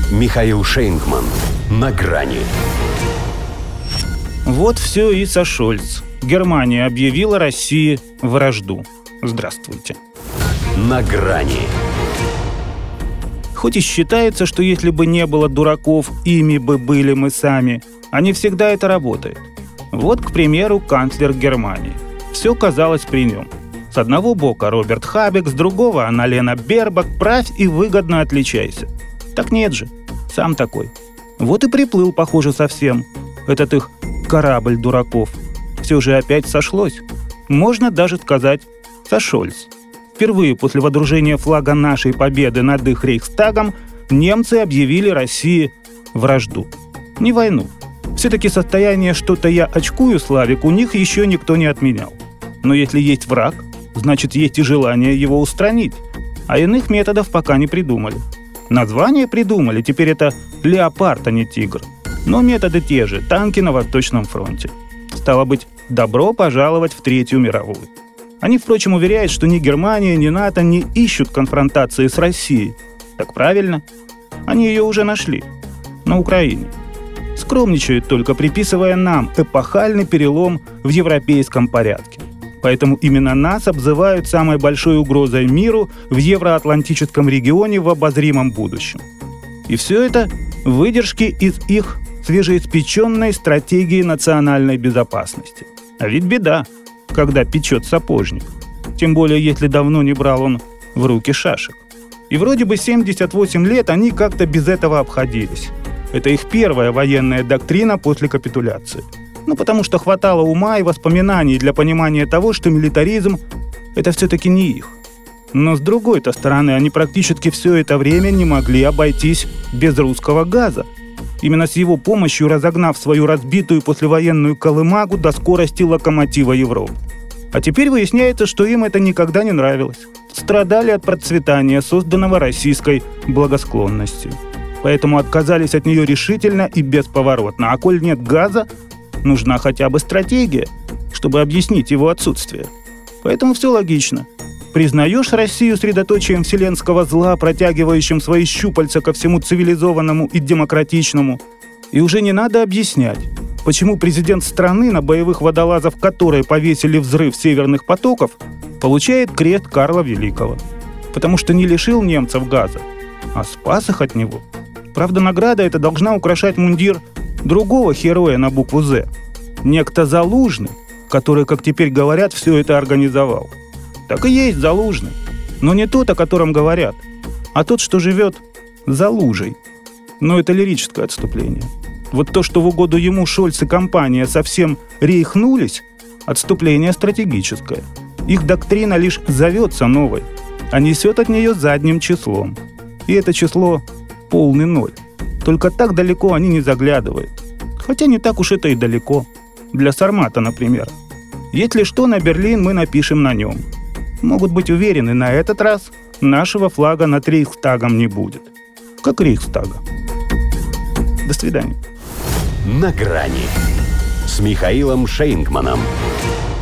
Михаил Шейнгман. На грани. Вот все и со Шольц. Германия объявила России вражду. Здравствуйте. На грани. Хоть и считается, что если бы не было дураков, ими бы были мы сами, а не всегда это работает. Вот, к примеру, канцлер Германии. Все казалось при нем. С одного бока Роберт Хабек, с другого Анналена Бербак, правь и выгодно отличайся. Так нет же, сам такой. Вот и приплыл, похоже, совсем. Этот их корабль дураков. Все же опять сошлось. Можно даже сказать, сошёлсь. Впервые после водружения флага нашей победы над их Рейхстагом немцы объявили России вражду. Не войну. Все-таки состояние «что-то я очкую, Славик» у них еще никто не отменял. Но если есть враг, значит есть и желание его устранить. А иных методов пока не придумали. Название придумали, теперь это «Леопард», а не «Тигр». Но методы те же, танки на Восточном фронте. Стало быть, добро пожаловать в Третью мировую. Они, впрочем, уверяют, что ни Германия, ни НАТО не ищут конфронтации с Россией. Так правильно. Они ее уже нашли. На Украине. Скромничают только, приписывая нам эпохальный перелом в европейском порядке. Поэтому именно нас обзывают самой большой угрозой миру в евроатлантическом регионе в обозримом будущем. И все это выдержки из их свежеиспеченной стратегии национальной безопасности. А ведь беда, когда печет сапожник. Тем более, если давно не брал он в руки шашек. И вроде бы 78 лет они как-то без этого обходились. Это их первая военная доктрина после капитуляции. Потому что хватало ума и воспоминаний для понимания того, что милитаризм – это все-таки не их. Но с другой-то стороны, они практически все это время не могли обойтись без русского газа. Именно с его помощью разогнав свою разбитую послевоенную колымагу до скорости локомотива Европы. А теперь выясняется, что им это никогда не нравилось. Страдали от процветания, созданного российской благосклонностью. Поэтому отказались от нее решительно и бесповоротно. А коль нет газа, нужна хотя бы стратегия, чтобы объяснить его отсутствие. Поэтому все логично. Признаешь Россию средоточием вселенского зла, протягивающим свои щупальца ко всему цивилизованному и демократичному, и уже не надо объяснять, почему президент страны, на боевых водолазов которой повесили взрыв северных потоков, получает крест Карла Великого. Потому что не лишил немцев газа, а спас их от него. Правда, награда эта должна украшать мундир другого героя на букву «З». Некто Залужный, который, как теперь говорят, все это организовал. Так и есть Залужный. Но не тот, о котором говорят, а тот, что живет за лужей. Но это лирическое отступление. Вот то, что в угоду ему Шольц и компания совсем рейхнулись, отступление стратегическое. Их доктрина лишь зовется новой, а несет от нее задним числом. И это число полный ноль. Только так далеко они не заглядывают. Хотя не так уж это и далеко. Для Сармата, например. Если что, на Берлин мы напишем на нем. Могут быть уверены, на этот раз нашего флага над Рейхстагом не будет. Как Рейхстага. До свидания. На грани с Михаилом Шейнгманом.